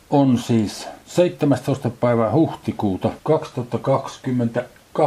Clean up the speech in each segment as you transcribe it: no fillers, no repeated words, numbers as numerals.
On siis 17. päivä huhtikuuta 2020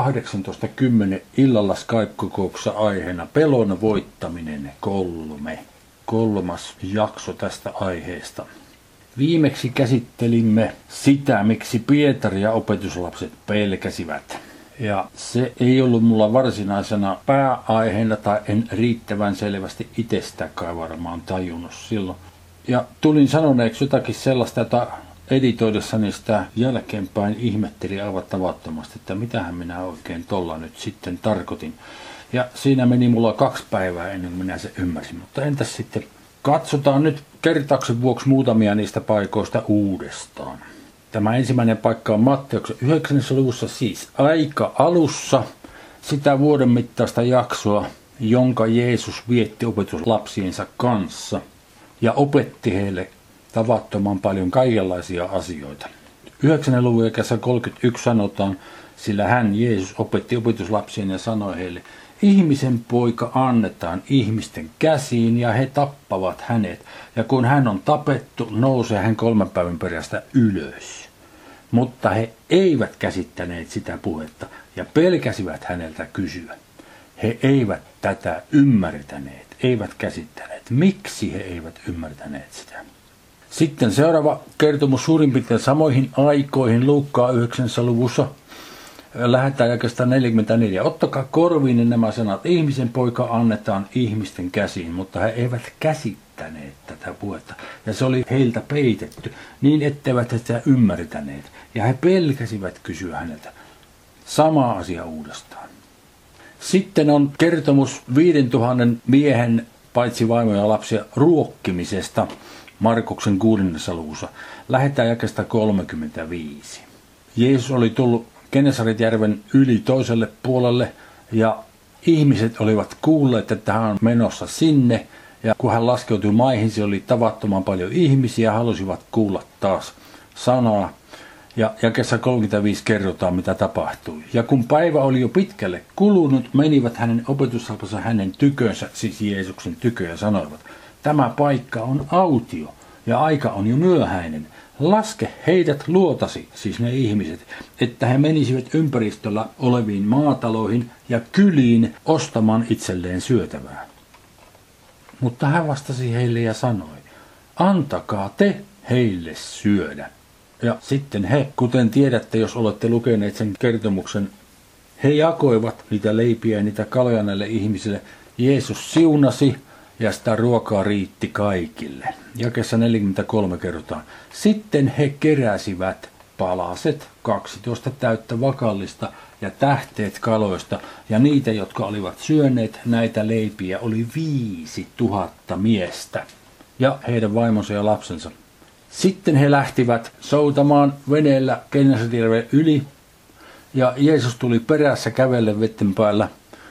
18.10 illalla Skype-kokouksessa aiheena pelon voittaminen 3. Kolmas jakso tästä aiheesta. Viimeksi käsittelimme sitä, miksi Pietari ja opetuslapset pelkäsivät. Ja se ei ollut mulla varsinaisena pääaiheena tai en riittävän selvästi itsestäkään varmaan tajunnut silloin. Ja tulin sanoneeksi jotakin sellaista, jota editoidessani sitä jälkeenpäin ihmetteli aivan tavattomasti, että mitähän minä oikein tolla nyt sitten tarkoitin. Ja siinä meni mulla 2 päivää ennen kuin minä se ymmärsin. Mutta entäs sitten, katsotaan nyt kertauksen vuoksi muutamia niistä paikoista uudestaan. Tämä ensimmäinen paikka on Matteuksen 9. luvussa, siis aika alussa sitä vuoden mittaista jaksoa, jonka Jeesus vietti opetuslapsiensa kanssa ja opetti heille tavattoman paljon kaikenlaisia asioita. 9. luvun jakessa 31 sanotaan, sillä hän, Jeesus, opetti opetuslapsien ja sanoi heille, ihmisen poika annetaan ihmisten käsiin ja he tappavat hänet. Ja kun hän on tapettu, nousee hän 3 päivän perästä ylös. Mutta he eivät käsittäneet sitä puhetta ja pelkäsivät häneltä kysyä. He eivät tätä ymmärtäneet, eivät käsittäneet. Miksi he eivät ymmärtäneet sitä? Sitten seuraava kertomus suurin piirtein samoihin aikoihin Luukkaan 9. luvussa. Lähdetään jakeesta 44. Ottakaa korviin nämä sanat. Ihmisen poika annetaan ihmisten käsiin, mutta he eivät käsittäneet tätä puhetta. Ja se oli heiltä peitetty, niin etteivät he sitä ymmärtäneet. Ja he pelkäsivät kysyä häneltä. Sama asia uudestaan. Sitten on kertomus 5000 miehen, paitsi vaimoja ja lapsia, ruokkimisesta. Markuksen 6. luvussa. Lähdetään jakeesta 35. Jeesus oli tullut Genesaretjärven yli toiselle puolelle ja ihmiset olivat kuulleet, että hän on menossa sinne. Ja kun hän laskeutui maihin, siellä oli tavattoman paljon ihmisiä ja halusivat kuulla taas sanaa. Ja jakeessa 35 kerrotaan, mitä tapahtui. Ja kun päivä oli jo pitkälle kulunut, menivät hänen opetuslapsensa hänen tykönsä, siis Jeesuksen tykö, ja sanoivat, tämä paikka on autio ja aika on jo myöhäinen. Laske heidät luotasi, siis ne ihmiset, että he menisivät ympäristöllä oleviin maataloihin ja kyliin ostamaan itselleen syötävää. Mutta hän vastasi heille ja sanoi, antakaa te heille syödä. Ja sitten he, kuten tiedätte, jos olette lukeneet sen kertomuksen, he jakoivat niitä leipiä ja niitä kaloja näille ihmisille. Jeesus siunasi ja sitä ruokaa riitti kaikille. Jakeessa 43 kerrotaan. Sitten he keräsivät palaset, 12 täyttä vakallista ja tähteet kaloista, ja niitä, jotka olivat syöneet näitä leipiä, oli 5000 miestä, ja heidän vaimonsa ja lapsensa. Sitten he lähtivät soutamaan veneellä Genesaretjärven yli, ja Jeesus tuli perässä kävellen vetten päällä.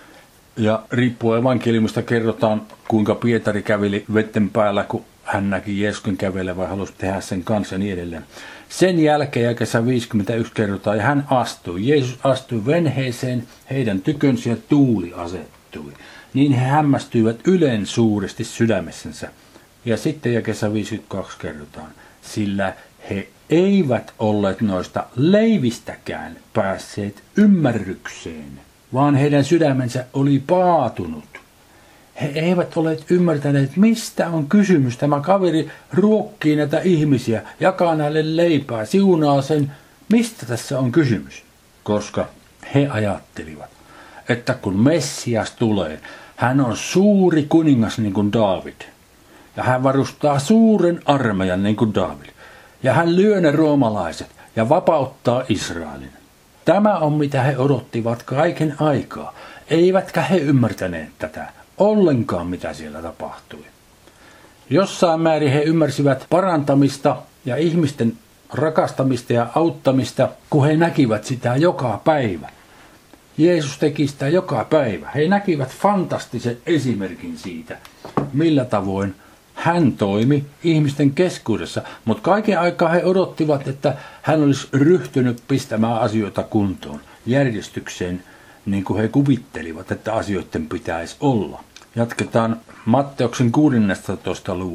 Ja riippuen evankeliumista kerrotaan, kuinka Pietari käveli vetten päällä, kun hän näki Jeesuksen kävelevän ja halusi tehdä sen kanssa ja niin edelleen. Sen jälkeen jakeessa 51 kerrotaan, ja hän astui. Jeesus astui venheeseen heidän tykönsä ja tuuli asettui. Niin he hämmästyivät ylen suuresti sydämessänsä. Ja sitten jakeessa 52 kerrotaan, sillä he eivät olleet noista leivistäkään päässeet ymmärrykseen, vaan heidän sydämensä oli paatunut. He eivät olleet ymmärtäneet, mistä on kysymys. Tämä kaveri ruokkii näitä ihmisiä, jakaa näille leipää, siunaa sen, mistä tässä on kysymys. Koska he ajattelivat, että kun Messias tulee, hän on suuri kuningas niin kuin Daavid. Ja hän varustaa suuren armeijan niin kuin Daavid. Ja hän lyö ne roomalaiset ja vapauttaa Israelin. Tämä on mitä he odottivat kaiken aikaa. Eivätkä he ymmärtäneet tätä ollenkaan, mitä siellä tapahtui. Jossain määrin he ymmärsivät parantamista ja ihmisten rakastamista ja auttamista, kun he näkivät sitä joka päivä. Jeesus teki sitä joka päivä. He näkivät fantastisen esimerkin siitä, millä tavoin hän toimi ihmisten keskuudessa, mutta kaiken aikaa he odottivat, että hän olisi ryhtynyt pistämään asioita kuntoon, järjestykseen, niin kuin he kuvittelivat, että asioiden pitäisi olla. Jatketaan Matteuksen 16. luvusta.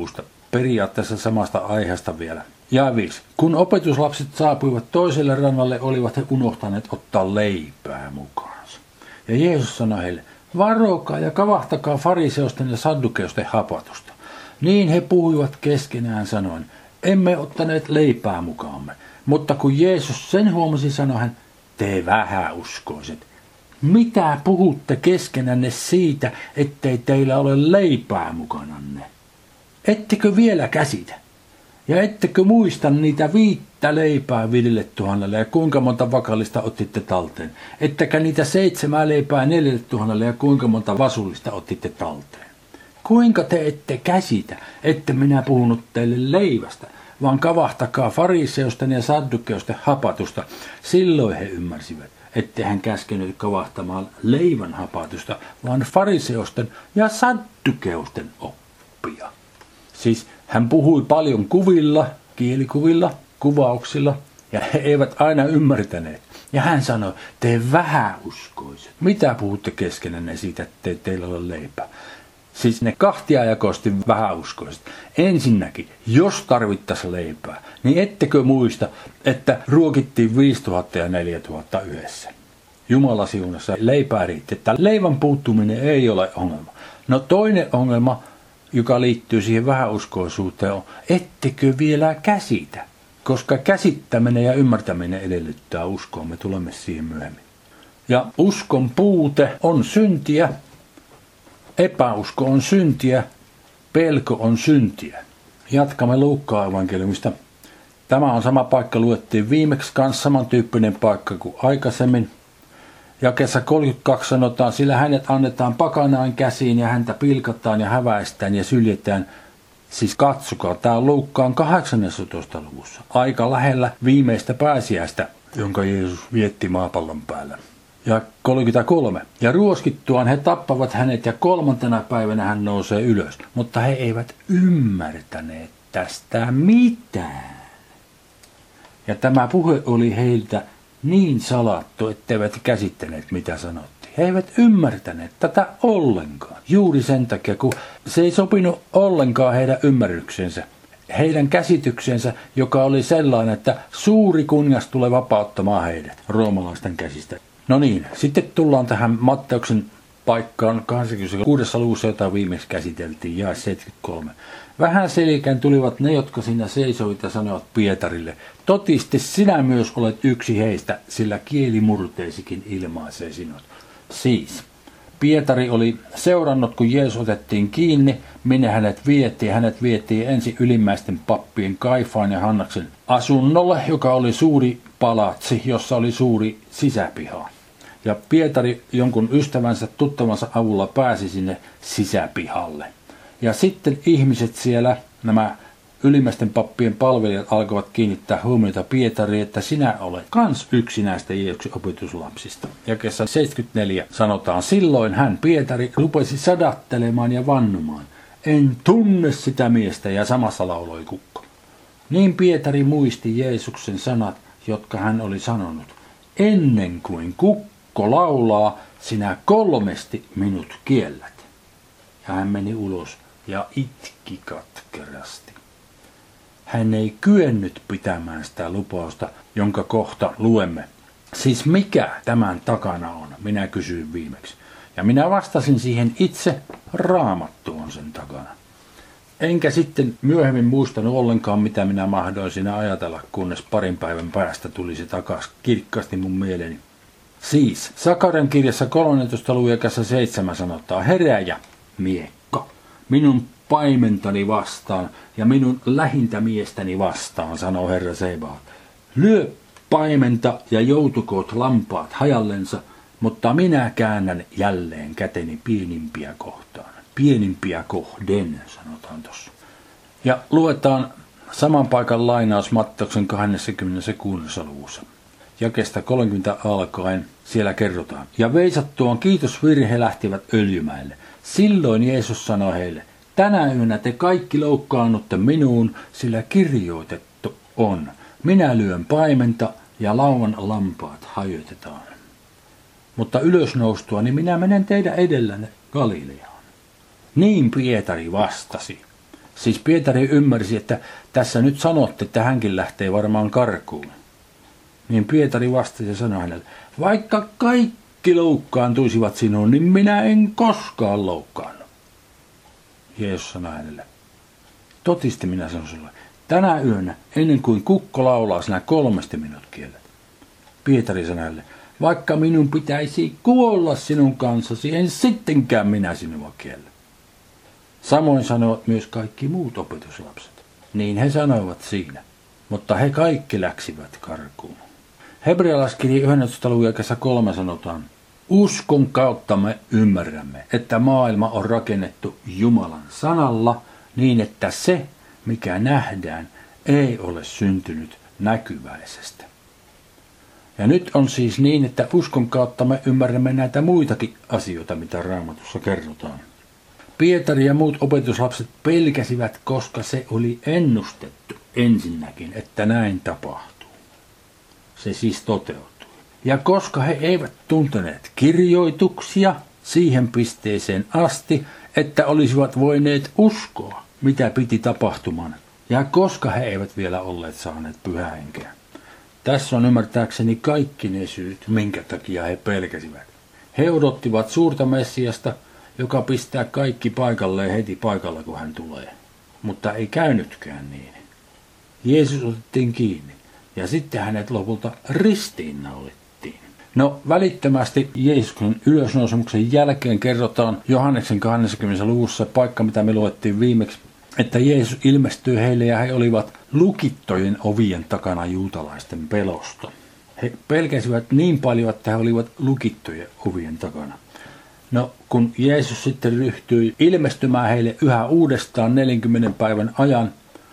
periaatteessa samasta aiheesta vielä. Ja 5. Kun opetuslapset saapuivat toiselle rannalle, olivat he unohtaneet ottaa leipää mukaansa. Ja Jeesus sanoi heille, varokaa ja kavahtakaa fariseusten ja saddukeusten hapatusta. Niin he puhuivat keskenään sanoen, emme ottaneet leipää mukaamme. Mutta kun Jeesus sen huomasi, sanoi hän, te vähäuskoiset, mitä puhutte keskenänne siitä, ettei teillä ole leipää mukananne? Ettekö vielä käsitä? Ja ettekö muista niitä 5 leipää 5 000 ja kuinka monta vakallista otitte talteen? Ettekä niitä 7 leipää 4 000 ja kuinka monta vasullista otitte talteen? Kuinka te ette käsitä, ette minä puhunut teille leivästä, vaan kavahtakaa fariseusten ja saddukeusten hapatusta. Silloin he ymmärsivät, ettei hän käskenyt kavahtamaan leivän hapatusta, vaan fariseusten ja saddukeusten oppia. Siis hän puhui paljon kuvilla, kielikuvilla, kuvauksilla, ja he eivät aina ymmärtäneet. Ja hän sanoi, te vähäuskoiset, mitä puhutte keskenänne siitä, ettei teillä ole leipää? Siis ne kahtiajakoisesti vähäuskoiset. Ensinnäkin, jos tarvittaisiin leipää, niin ettekö muista, että ruokittiin 5000 ja 4000 yhdessä. Jumala siunassa leipää riitti, että leivän puuttuminen ei ole ongelma. No toinen ongelma, joka liittyy siihen vähäuskoisuuteen, on, ettekö vielä käsitä? Koska käsittäminen ja ymmärtäminen edellyttää uskoa, me tulemme siihen myöhemmin. Ja uskon puute on syntiä, epäusko on syntiä, pelko on syntiä. Jatkamme Luukkaan evankeliumista. Tämä on sama paikka, luettiin viimeksi kanssa samantyyppinen paikka kuin aikaisemmin. Jakeessa 32 sanotaan, sillä hänet annetaan pakanain käsiin ja häntä pilkataan ja häväistään ja syljetään. Siis katsokaa, tämä on Luukkaan 18. luvussa, aika lähellä viimeistä pääsiäistä, jonka Jeesus vietti maapallon päällä. Ja 33. Ja ruoskittuaan he tappavat hänet ja 3. päivänä hän nousee ylös. Mutta he eivät ymmärtäneet tästä mitään. Ja tämä puhe oli heiltä niin salattu, etteivät käsittäneet mitä sanottiin. He eivät ymmärtäneet tätä ollenkaan. Juuri sen takia, kun se ei sopinut ollenkaan heidän ymmärryksensä. Heidän käsityksensä, joka oli sellainen, että suuri kuningas tulee vapauttamaan heidät roomalaisten käsistä. No niin, sitten tullaan tähän Matteuksen paikkaan 26. luvussa, jota viimeksi käsiteltiin, jae 73. Vähän selkään tulivat ne, jotka siinä seisoivat ja sanoivat Pietarille, totisesti sinä myös olet yksi heistä, sillä kieli murteisikin ilmaisee sinut. Siis, Pietari oli seurannut, kun Jeesus otettiin kiinni, minne hänet vietiin. Hänet vietiin ensin ylimmäisten pappien Kaifaan ja Hannaksen asunnolle, joka oli suuri palatsi, jossa oli suuri sisäpiha. Ja Pietari jonkun ystävänsä, tuttavansa avulla pääsi sinne sisäpihalle. Ja sitten ihmiset siellä, nämä ylimmäisten pappien palvelijat alkoivat kiinnittää huomiota Pietariin, että sinä olet kans yksi näistä Jeesuksen opetuslapsista. Jakeessa 74 sanotaan, silloin hän Pietari rupesi sadattelemaan ja vannomaan. En tunne sitä miestä, ja samassa lauloi kukko. Niin Pietari muisti Jeesuksen sanat, jotka hän oli sanonut. Ennen kuin kukko laulaa, sinä 3 minut kiellät. Ja hän meni ulos ja itki katkerasti. Hän ei kyennyt pitämään sitä lupausta, jonka kohta luemme. Siis mikä tämän takana on, minä kysyin viimeksi. Ja minä vastasin siihen itse, Raamattu on sen takana. Enkä sitten myöhemmin muistanut ollenkaan, mitä minä mahdoin siinä ajatella, kunnes parin päivän päästä tuli se takaisin kirkkaasti mun mieleeni. Siis, Sakarian kirjassa 13. luvun jakeessa 7 sanotaan, heräjä, miekka, minun paimentani vastaan ja minun lähintä miestäni vastaan, sanoo Herra Sebaot. Lyö paimenta ja joutukoot lampaat hajallensa, mutta minä käännän jälleen käteni pienimpiä kohtaan. Pienimpiä kohden, sanotaan tuossa. Ja luetaan saman paikan lainaus Matteuksen 26. luvussa. Jakeesta 30 alkaen siellä kerrotaan. Ja veisattuaan kiitosvirhe he lähtivät Öljymäelle. Silloin Jeesus sanoi heille, tänä yönä te kaikki loukkaannutte minuun, sillä kirjoitettu on. Minä lyön paimenta ja lauman lampaat hajotetaan. Mutta ylösnoustua, niin minä menen teidän edellänne Galileaan. Niin Pietari vastasi. Siis Pietari ymmärsi, että tässä nyt sanotte, että hänkin lähtee varmaan karkuun. Niin Pietari vastasi ja sanoi hänelle, vaikka kaikki loukkaantuisivat sinuun, niin minä en koskaan loukkaannu. Jeesus sanoi hänelle, totisesti minä sanon sinulle, tänä yönä, ennen kuin kukko laulaa, sinä 3 minut kiellät. Pietari sanoi hänelle, vaikka minun pitäisi kuolla sinun kanssasi, en sittenkään minä sinua kiellä. Samoin sanoivat myös kaikki muut opetuslapset. Niin he sanoivat siinä, mutta he kaikki läksivät karkuun. Hebrealaiskirja 11. luvun 3 sanotaan, uskon kautta me ymmärrämme, että maailma on rakennettu Jumalan sanalla niin, että se, mikä nähdään, ei ole syntynyt näkyväisestä. Ja nyt on siis niin, että uskon kautta me ymmärrämme näitä muitakin asioita, mitä Raamatussa kerrotaan. Pietari ja muut opetuslapset pelkäsivät, koska se oli ennustettu ensinnäkin, että näin tapahtuu. Se siis toteutui. Ja koska he eivät tunteneet kirjoituksia siihen pisteeseen asti, että olisivat voineet uskoa, mitä piti tapahtumaan. Ja koska he eivät vielä olleet saaneet Pyhää Henkeä. Tässä on ymmärtääkseni kaikki ne syyt, minkä takia he pelkäsivät. He odottivat suurta Messiasta, joka pistää kaikki paikalleen heti paikalla, kun hän tulee. Mutta ei käynytkään niin. Jeesus otettiin kiinni ja sitten hänet lopulta ristiinnaulittiin. No välittömästi Jeesuksen ylösnousemuksen jälkeen kerrotaan Johanneksen 20. luvussa paikka, mitä me luettiin viimeksi, että Jeesus ilmestyi heille ja he olivat lukittojen ovien takana juutalaisten pelosta. He pelkäsivät niin paljon, että he olivat lukittojen ovien takana. No, kun Jeesus sitten ryhtyi ilmestymään heille yhä uudestaan 40 päivän ajan,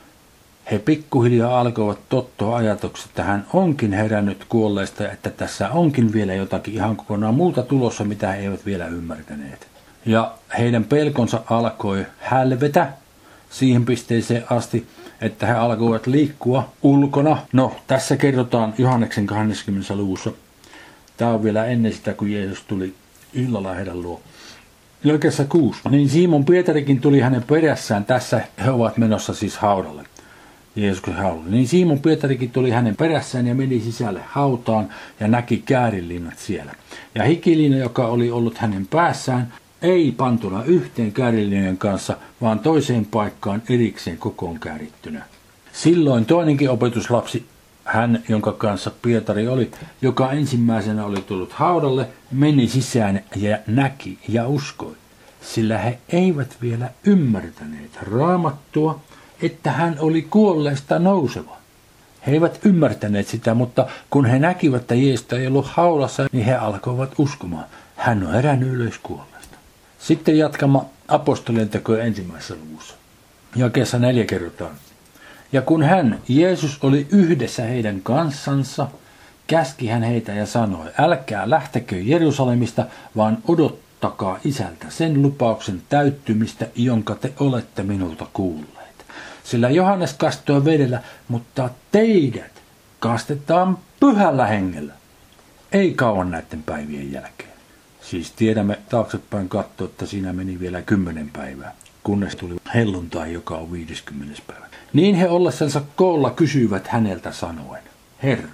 he pikkuhiljaa alkoivat tottua ajatukset, että hän onkin herännyt kuolleista ja että tässä onkin vielä jotakin ihan kokonaan muuta tulossa, mitä he eivät vielä ymmärtäneet. Ja heidän pelkonsa alkoi hälvetä siihen pisteeseen asti, että he alkoivat liikkua ulkona. No, tässä kerrotaan Johanneksen 20. luvussa. Tämä on vielä ennen sitä, kun Jeesus tuli illalla heidän luo. Jakeessa 6. Niin Simon Pietarikin tuli hänen perässään. Tässä he ovat menossa siis haudalle. Jeesuksen haudalle. Niin Simon Pietarikin tuli hänen perässään ja meni sisälle hautaan ja näki käärinlinnat siellä. Ja hikiliina, joka oli ollut hänen päässään, ei pantuna yhteen käärinlinjojen kanssa, vaan toiseen paikkaan erikseen kokoon käärittynä. Silloin toinenkin opetuslapsi, hän, jonka kanssa Pietari oli, joka ensimmäisenä oli tullut haudalle, meni sisään ja näki ja uskoi. Sillä he eivät vielä ymmärtäneet Raamattua, että hän oli kuolleesta nouseva. He eivät ymmärtäneet sitä, mutta kun he näkivät, että Jeesus ei ollut haudassa, niin he alkoivat uskomaan. Hän on herännyt ylös kuolleesta. Sitten jatkamme apostolien tekojen 1. luvussa. Jakeessa 4 kerrotaan. Ja kun hän, Jeesus, oli yhdessä heidän kanssansa, käski hän heitä ja sanoi, älkää lähtekö Jerusalemista, vaan odottakaa Isältä sen lupauksen täyttymistä, jonka te olette minulta kuulleet. Sillä Johannes kastoi vedellä, mutta teidät kastetaan Pyhällä Hengellä. Ei kauan näiden päivien jälkeen. Siis tiedämme taaksepäin katsoa, että siinä meni vielä 10 päivää, kunnes tuli helluntai, joka on 50. päivä. Niin he ollessansa koolla kysyivät häneltä sanoen, Herra,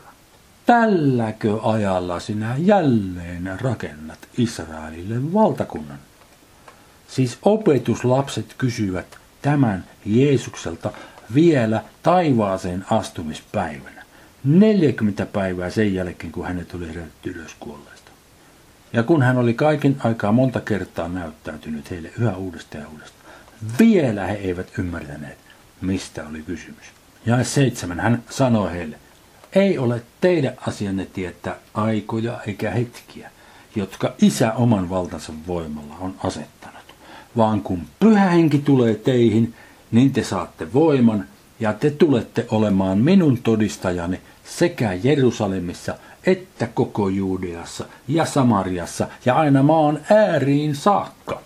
tälläkö ajalla sinä jälleen rakennat Israelille valtakunnan? Siis opetuslapset kysyivät tämän Jeesukselta vielä taivaaseen astumispäivänä, 40 päivää sen jälkeen, kun hänet oli herätetty ylös kuolleesta. Ja kun hän oli kaiken aikaa monta kertaa näyttäytynyt heille yhä uudestaan ja uudestaan, vielä he eivät ymmärtäneet, mistä oli kysymys. Ja 7. Hän sanoi heille, ei ole teidän asianne tietää aikoja eikä hetkiä, jotka Isä oman valtansa voimalla on asettanut, vaan kun Pyhä Henki tulee teihin, niin te saatte voiman ja te tulette olemaan minun todistajani sekä Jerusalemissa että koko Juudeassa ja Samariassa ja aina maan ääriin saakka.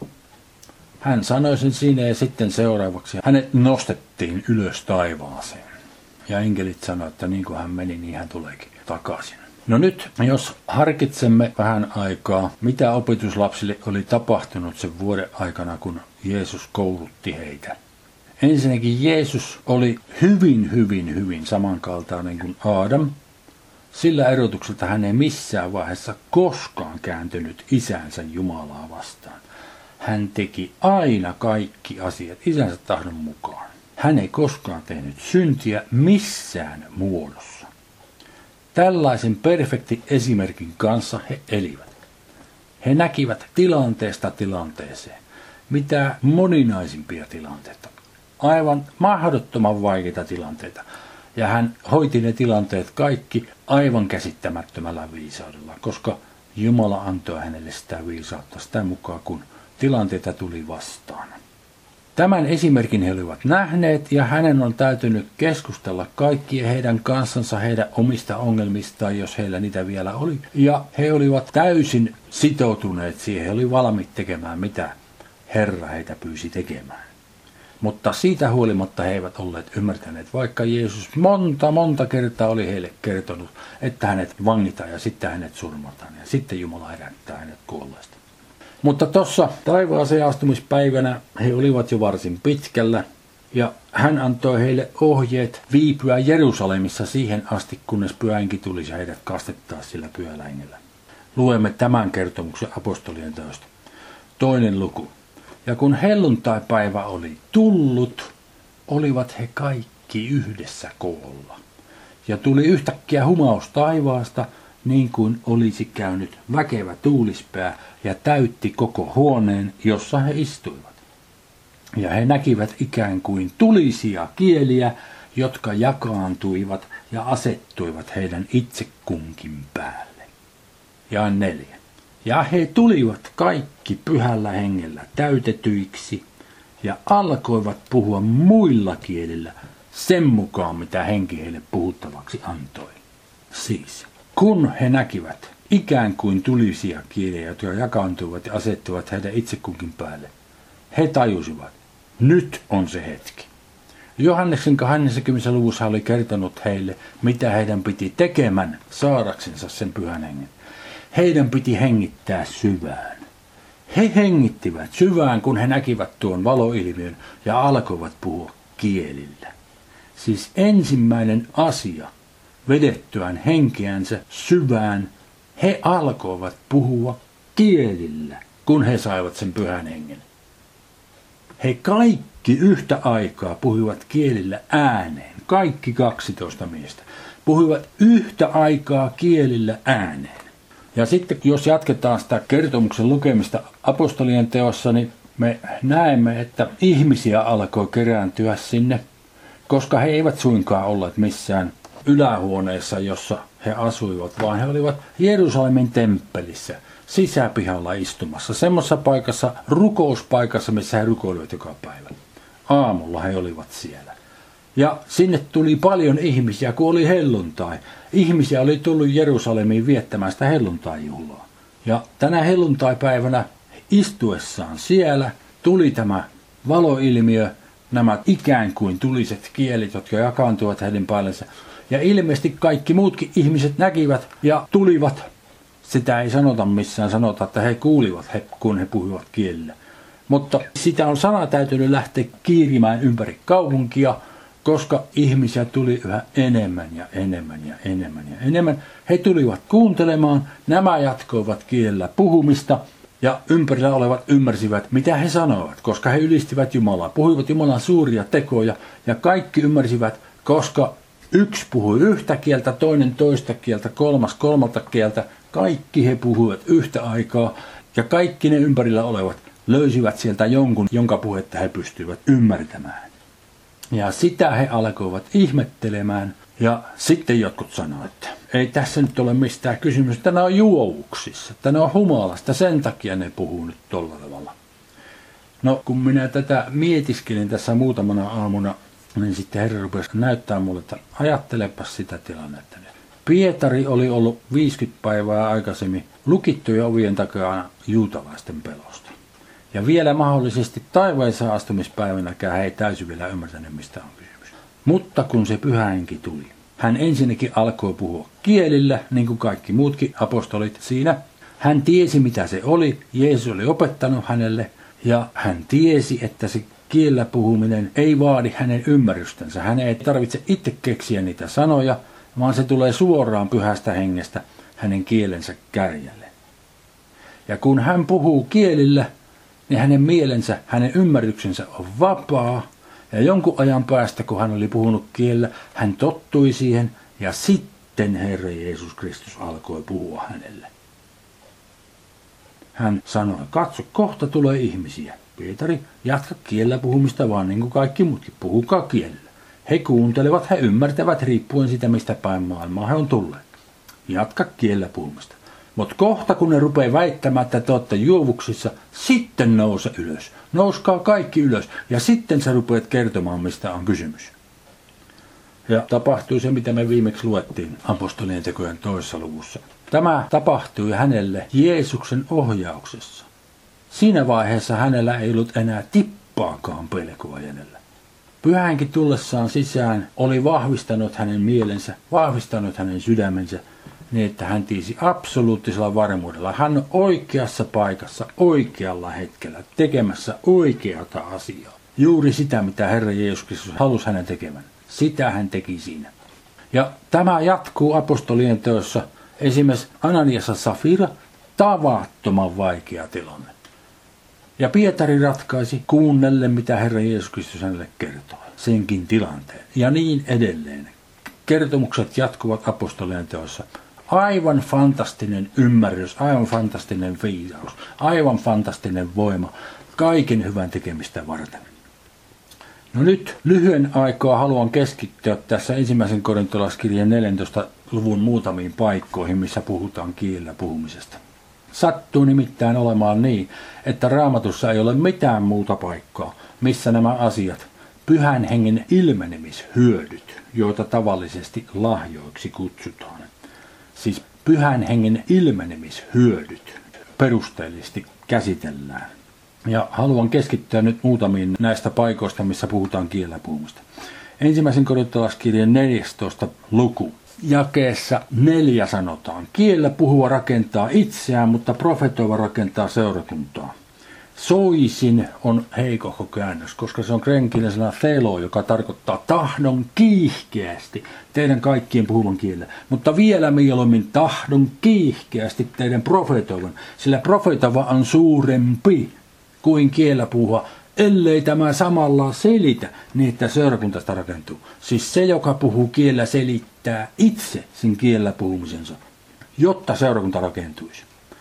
Hän sanoi sen siinä ja sitten seuraavaksi hänet nostettiin ylös taivaaseen. Ja enkelit sanoi, että niin kuin hän meni, niin hän tuleekin takaisin. No nyt, jos harkitsemme vähän aikaa, mitä opetuslapsille oli tapahtunut sen vuoden aikana, kun Jeesus koulutti heitä. Ensinnäkin Jeesus oli hyvin samankaltainen kuin Aadam. Sillä erotuksella hän ei missään vaiheessa koskaan kääntynyt isänsä Jumalaa vastaan. Hän teki aina kaikki asiat isänsä tahdon mukaan. Hän ei koskaan tehnyt syntiä missään muodossa. Tällaisen perfektin esimerkin kanssa he elivät. He näkivät tilanteesta tilanteeseen mitä moninaisimpia tilanteita. Aivan mahdottoman vaikeita tilanteita. Ja hän hoiti ne tilanteet kaikki aivan käsittämättömällä viisaudella, koska Jumala antoi hänelle sitä viisautta sitä mukaan, kun tilanteita tuli vastaan. Tämän esimerkin he olivat nähneet ja hänen on täytynyt keskustella kaikkien heidän kanssansa heidän omista ongelmistaan, jos heillä niitä vielä oli. Ja he olivat täysin sitoutuneet siihen, he olivat valmiit tekemään mitä Herra heitä pyysi tekemään. Mutta siitä huolimatta he eivät olleet ymmärtäneet, vaikka Jeesus monta kertaa oli heille kertonut, että hänet vangitaan ja sitten hänet surmataan ja sitten Jumala herättää hänet kuolleista. Mutta tuossa taivaaseen astumispäivänä he olivat jo varsin pitkällä ja hän antoi heille ohjeet viipyä Jerusalemissa siihen asti, kunnes Pyhä Henki tulisi heidät kastettaa sillä Pyhällä Hengellä. Luemme tämän kertomuksen apostolien teosta. 2. luku. Ja kun helluntaipäivä oli tullut, olivat he kaikki yhdessä koolla. Ja tuli yhtäkkiä humaus taivaasta, niin kuin olisi käynyt väkevä tuulispää ja täytti koko huoneen, jossa he istuivat. Ja he näkivät ikään kuin tulisia kieliä, jotka jakaantuivat ja asettuivat heidän itse kunkin päälle. Ja 4. Ja he tulivat kaikki Pyhällä Hengellä täytetyiksi ja alkoivat puhua muilla kielillä sen mukaan, mitä Henki heille puhuttavaksi antoi. Siis, kun he näkivät ikään kuin tulisia kieliä, jotka jakaantuivat ja asettuivat heidän itse kunkin päälle, he tajusivat, nyt on se hetki. Johanneksen 20. luvussa oli kertonut heille, mitä heidän piti tekemään saadaksensa sen Pyhän Hengen. Heidän piti hengittää syvään. He hengittivät syvään, kun he näkivät tuon valoilmiön ja alkoivat puhua kielillä. Siis ensimmäinen asia, vedettyään henkeänsä syvään, he alkoivat puhua kielillä, kun he saivat sen Pyhän Hengen. He kaikki yhtä aikaa puhuivat kielillä ääneen. Kaikki 12 miestä puhuivat yhtä aikaa kielillä ääneen. Ja sitten jos jatketaan sitä kertomuksen lukemista apostolien teossa, niin me näemme, että ihmisiä alkoi kerääntyä sinne, koska he eivät suinkaan olleet missään ylähuoneessa, jossa he asuivat, vaan he olivat Jerusalemin temppelissä sisäpihalla istumassa, semmoisessa paikassa, rukouspaikassa, missä he rukoilivat joka päivä. Aamulla he olivat siellä. Ja sinne tuli paljon ihmisiä, kun oli helluntai. Ihmisiä oli tullut Jerusalemiin viettämään sitä helluntaijuhlaa. Ja tänä helluntaipäivänä istuessaan siellä tuli tämä valoilmiö, nämä ikään kuin tuliset kielet, jotka jakaantuvat heidän päällensä. Ja ilmeisesti kaikki muutkin ihmiset näkivät ja tulivat. Sitä ei sanota missään, sanota, että he kuulivat, kun he puhuivat kielillä. Mutta sitä on sana täytynyt lähteä kiirimään ympäri kaupunkia, koska ihmisiä tuli yhä enemmän ja enemmän ja enemmän ja enemmän. He tulivat kuuntelemaan, nämä jatkoivat kielellä puhumista ja ympärillä olevat ymmärsivät, mitä he sanoivat, koska he ylistivät Jumalaa, puhuivat Jumalan suuria tekoja ja kaikki ymmärsivät, koska yksi puhui yhtä kieltä, toinen toista kieltä, kolmas kolmalta kieltä, kaikki he puhuivat yhtä aikaa ja kaikki ne ympärillä olevat löysivät sieltä jonkun, jonka puhetta he pystyivät ymmärtämään. Ja sitä he alkoivat ihmettelemään ja sitten jotkut sanoivat, että ei tässä nyt ole mistään kysymys, että nämä on juouksissa, että ne on humalasta, sen takia ne puhuu nyt tolla tavalla. No kun minä tätä mietiskelin tässä muutamana aamuna, niin sitten Herra rupesi näyttää mulle, että ajattelepas sitä tilannetta. Pietari oli ollut 50 päivää aikaisemmin lukittujen ovien takana juutalaisten pelosta. Ja vielä mahdollisesti taivaiseen astumispäivänäkään he ei täysin vielä ymmärtänyt, mistä on kysymys. Mutta kun se Pyhä Henki tuli, hän ensinnäkin alkoi puhua kielillä, niin kuin kaikki muutkin apostolit siinä. Hän tiesi, mitä se oli. Jeesus oli opettanut hänelle ja hän tiesi, että se kielellä puhuminen ei vaadi hänen ymmärrystänsä. Hän ei tarvitse itse keksiä niitä sanoja, vaan se tulee suoraan Pyhästä Hengestä hänen kielensä kärjelle. Ja kun hän puhuu kielillä, niin hänen mielensä, hänen ymmärryksensä on vapaa. Ja jonkun ajan päästä, kun hän oli puhunut kielellä, hän tottui siihen ja sitten Herra Jeesus Kristus alkoi puhua hänelle. Hän sanoi, katso, kohta tulee ihmisiä. Pietari, jatka kielellä puhumista vaan niin kuin kaikki muutkin. Puhukaa kielellä. He kuuntelevat, he ymmärtävät riippuen siitä, mistä päin maailmaa he on tulleet. Jatka kielellä puhumista. Mutta kohta kun ne rupeaa väittämään, että te olette juovuksissa, sitten nouse ylös. Nouskaa kaikki ylös ja sitten sä rupeat kertomaan, mistä on kysymys. Ja tapahtui se, mitä me viimeksi luettiin apostolien tekojen 2. luvussa. Tämä tapahtui hänelle Jeesuksen ohjauksessa. Siinä vaiheessa hänellä ei ollut enää tippaakaan pelkoa jäljellä. Pyhä Henki tullessaan sisään oli vahvistanut hänen mielensä, vahvistanut hänen sydämensä, niin että hän tiesi absoluuttisella varmuudella. Hän on oikeassa paikassa, oikealla hetkellä, tekemässä oikeata asiaa. Juuri sitä, mitä Herra Jeesus Kristus halusi hänen tekemään. Sitä hän teki siinä. Ja tämä jatkuu apostolien teossa. Esimerkiksi Ananias ja Safira, tavattoman vaikea tilanne. Ja Pietari ratkaisi kuunnellen, mitä Herra Jeesus Kristus hänelle kertoo. Senkin tilanteen. Ja niin edelleen. Kertomukset jatkuvat apostolien teossa. Aivan fantastinen ymmärrys, aivan fantastinen viisaus, aivan fantastinen voima kaiken hyvän tekemistä varten. No nyt lyhyen aikaa haluan keskittyä tässä 1. korintolaiskirjan 14. luvun muutamiin paikkoihin, missä puhutaan kielellä puhumisesta. Sattuu nimittäin olemaan niin, että Raamatussa ei ole mitään muuta paikkaa, missä nämä asiat, Pyhän Hengen ilmenemishyödyt, joita tavallisesti lahjoiksi kutsutaan. Siis Pyhän Hengen ilmenemishyödyt perusteellisesti käsitellään. Ja haluan keskittyä nyt muutamiin näistä paikoista, missä puhutaan kielellä puhumista. 1. korintolaiskirjan 14. luku. Jakeessa 4 sanotaan, kielellä puhuva rakentaa itseään, mutta profetoiva rakentaa seurakuntaa. Soisin on heikohko käännös, koska se on kreikkinen sana thelo, joka tarkoittaa tahdon kiihkeästi teidän kaikkien puhuvan kielellä. Mutta vielä mieluummin tahdon kiihkeästi teidän profetoivan, sillä profetoiva on suurempi kuin kielellä puhua, ellei tämä samalla selitä, niin että seurakuntasta rakentuu. Siis se, joka puhuu kielellä, selittää itse sen kielellä puhumisensa, jotta seurakunta rakentuisi.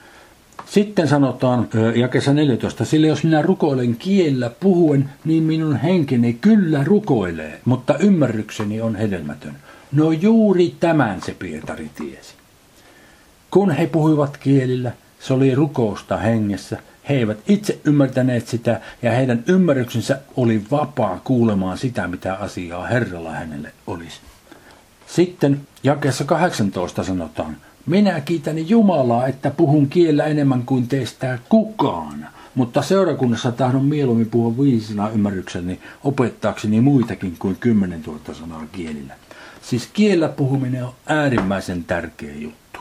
Sitten sanotaan jakeessa 14, sillä jos minä rukoilen kielellä puhuen, niin minun henkeni kyllä rukoilee, mutta ymmärrykseni on hedelmätön. No juuri tämän se Pietari tiesi. Kun he puhuivat kielillä, se oli rukousta hengessä. He eivät itse ymmärtäneet sitä ja heidän ymmärryksensä oli vapaa kuulemaan sitä, mitä asiaa Herralla hänelle olisi. Sitten jakeessa 18 sanotaan, minä kiitän Jumalaa, että puhun kielellä enemmän kuin teistä kukaan, mutta seurakunnassa tahdon mieluummin puhua 500 ymmärrykseni opettaakseni muitakin kuin 10 000 sanaa kielillä. Siis kielellä puhuminen on äärimmäisen tärkeä juttu.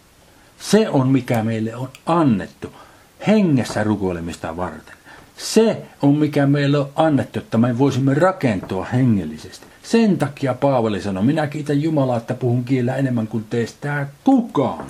Se on mikä meille on annettu hengessä rukoilemista varten. Se on mikä meille on annettu, että me voisimme rakentua hengellisesti. Sen takia Paavali sanoi, minä kiitän Jumalaa, että puhun kielellä enemmän kuin teistä kukaan.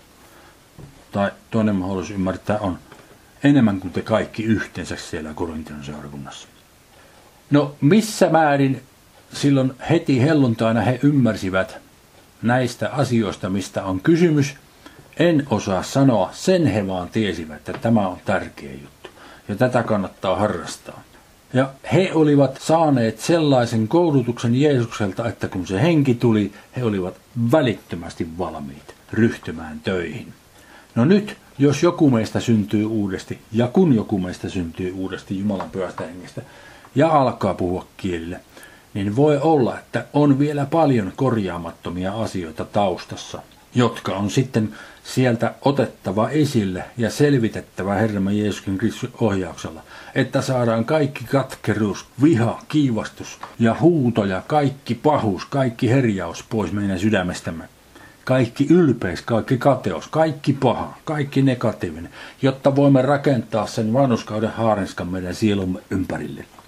Tai toinen mahdollisuus ymmärtää on enemmän kuin te kaikki yhteensä siellä Korintion seurakunnassa. No missä määrin silloin heti helluntaina he ymmärsivät näistä asioista, mistä on kysymys, en osaa sanoa, sen he vaan tiesivät, että tämä on tärkeä juttu ja tätä kannattaa harrastaa. Ja he olivat saaneet sellaisen koulutuksen Jeesukselta, että kun se henki tuli, he olivat välittömästi valmiit ryhtymään töihin. No nyt, jos joku meistä syntyy uudesti, ja kun joku meistä syntyy uudesti Jumalan pyhästä hengestä, ja alkaa puhua kielillä, niin voi olla, että on vielä paljon korjaamattomia asioita taustassa, jotka on sitten sieltä otettava esille ja selvitettävä Herramme Jeesuksen Kristuksen ohjauksella, että saadaan kaikki katkeruus, viha, kiivastus ja huuto ja kaikki pahuus, kaikki herjaus pois meidän sydämestämme. Kaikki ylpeys, kaikki kateus, kaikki paha, kaikki negatiivinen, jotta voimme rakentaa sen vanhuskauden haarenskan meidän sielumme ympärille.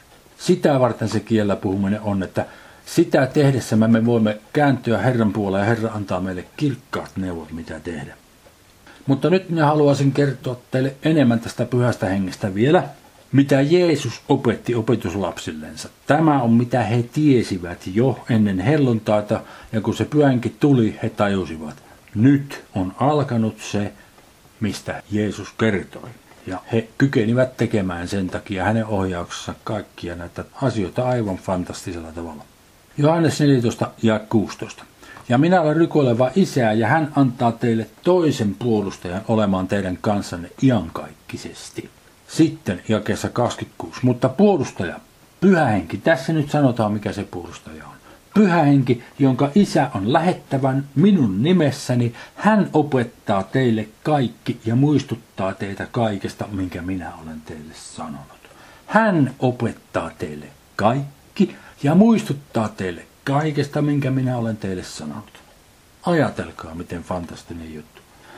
Sitä varten se kielellä puhuminen on, että sitä tehdessä me voimme kääntyä Herran puoleen ja Herra antaa meille kirkkaat neuvot, mitä tehdä. Mutta nyt minä haluaisin kertoa teille enemmän tästä Pyhästä Hengestä vielä, mitä Jeesus opetti opetuslapsillensa. Tämä on mitä he tiesivät jo ennen helluntaita, ja kun se Pyhä Henki tuli, he tajusivat. Nyt on alkanut se, mistä Jeesus kertoi. Ja he kykenivät tekemään sen takia hänen ohjauksessa kaikkia näitä asioita aivan fantastisella tavalla. Johannes 14 ja 16. Ja minä olen rukoileva Isä, ja hän antaa teille toisen puolustajan olemaan teidän kanssanne iankaikkisesti. Sitten jakeessa 26. Mutta puolustaja, Pyhä Henki, tässä nyt sanotaan mikä se puolustaja on. Pyhä Henki, jonka Isä on lähettävän minun nimessäni, hän opettaa teille kaikki ja muistuttaa teitä kaikesta, minkä minä olen teille sanonut. Hän opettaa teille kaikki ja muistuttaa teille kaikesta, minkä minä olen teille sanonut. Ajatelkaa, miten fantastinen juttu.